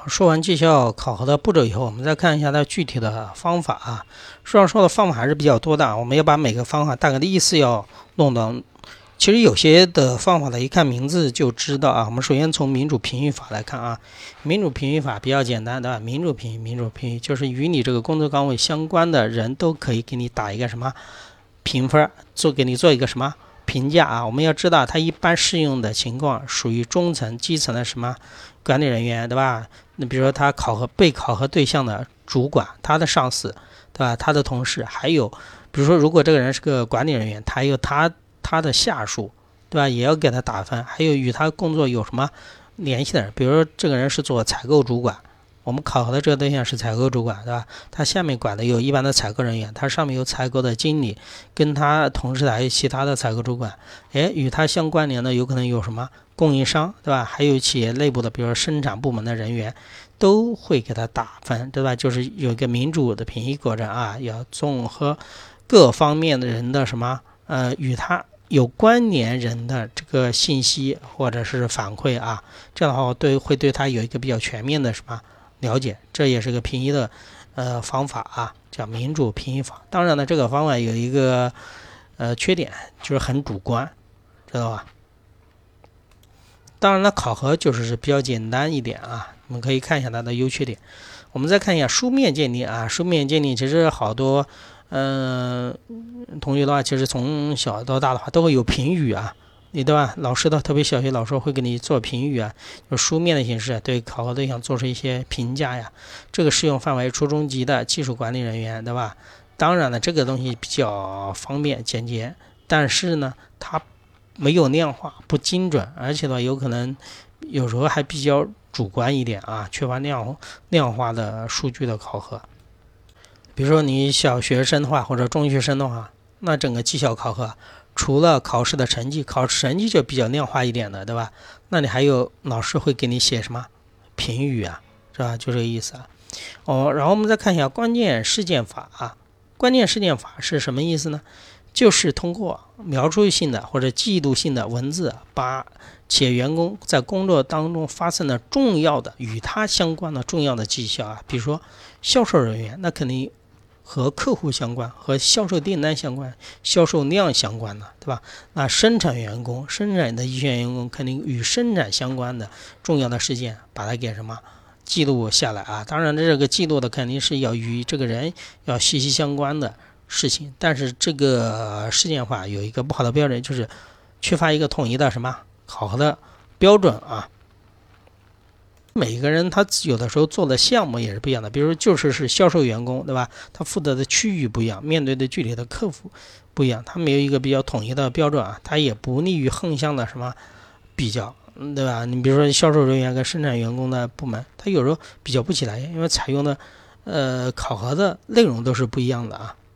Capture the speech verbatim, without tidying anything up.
说完绩效考核的步骤以后，我们再看一下它具体的方法啊。书上说的方法还是比较多的啊，我们要把每个方法大概的意思要弄懂。其实有些的方法呢，一看名字就知道啊。我们首先从民主评语法来看啊，民主评语法比较简单，对吧？民主评语，民主评语就是与你这个工作岗位相关的人都可以给你打一个什么评分，做给你做一个什么评价啊。我们要知道它一般适用的情况属于中层、基层的什么管理人员，对吧？那比如说他考核被考核对象的主管，他的上司，对吧？他的同事，还有比如说如果这个人是个管理人员，他有他他的下属，对吧？也要给他打分。还有与他工作有什么联系的人，比如说这个人是做采购主管，我们考核的这个对象是采购主管，对吧？他下面管的有一般的采购人员，他上面有采购的经理，跟他同事的还有其他的采购主管。哎，与他相关联的有可能有什么供应商，对吧？还有企业内部的，比如说生产部门的人员，都会给他打分，对吧？就是有一个民主的评议过程啊，要综合各方面的人的什么呃与他有关联人的这个信息或者是反馈啊，这样的话对会对他有一个比较全面的什么了解，这也是个评议的呃方法啊，叫民主评议法。当然呢，这个方法有一个呃缺点，就是很主观，知道吧？当然了，考核就是比较简单一点啊，我们可以看一下它的优缺点。我们再看一下书面鉴定啊，书面鉴定其实好多嗯、呃，同学的话，其实从小到大的话都会有评语啊，你对吧？老师的特别小学老师会给你做评语啊，就书面的形式对考核对象做出一些评价呀。这个适用范围初中级的技术管理人员，对吧？当然了，这个东西比较方便简洁，但是呢，它没有量化，不精准，而且呢，有可能有时候还比较主观一点啊，缺乏量量化的数据的考核。比如说你小学生的话，或者中学生的话，那整个绩效考核除了考试的成绩，考试成绩就比较量化一点的，对吧？那你还有老师会给你写什么评语啊，是吧？就这个意思啊。哦，然后我们再看一下关键事件法啊。关键事件法是什么意思呢？就是通过描述性的或者记录性的文字，把企业员工在工作当中发生的重要的与他相关的重要的绩效啊，比如说销售人员，那肯定和客户相关，和销售订单相关，销售量相关的，对吧？那生产员工，生产的一线员工肯定与生产相关的重要的事件，把它给什么记录下来啊？当然，这个记录的肯定是要与这个人要息息相关的事情，但是这个事件化有一个不好的标准，就是缺乏一个统一的什么考核的标准啊。每个人他有的时候做的项目也是不一样的，比如就是是销售员工，对吧？他负责的区域不一样，面对的具体的客户不一样，他没有一个比较统一的标准啊，他也不利于横向的什么比较，对吧？你比如说销售人员跟生产员工的部门，他有时候比较不起来，因为采用的呃考核的内容都是不一样的啊。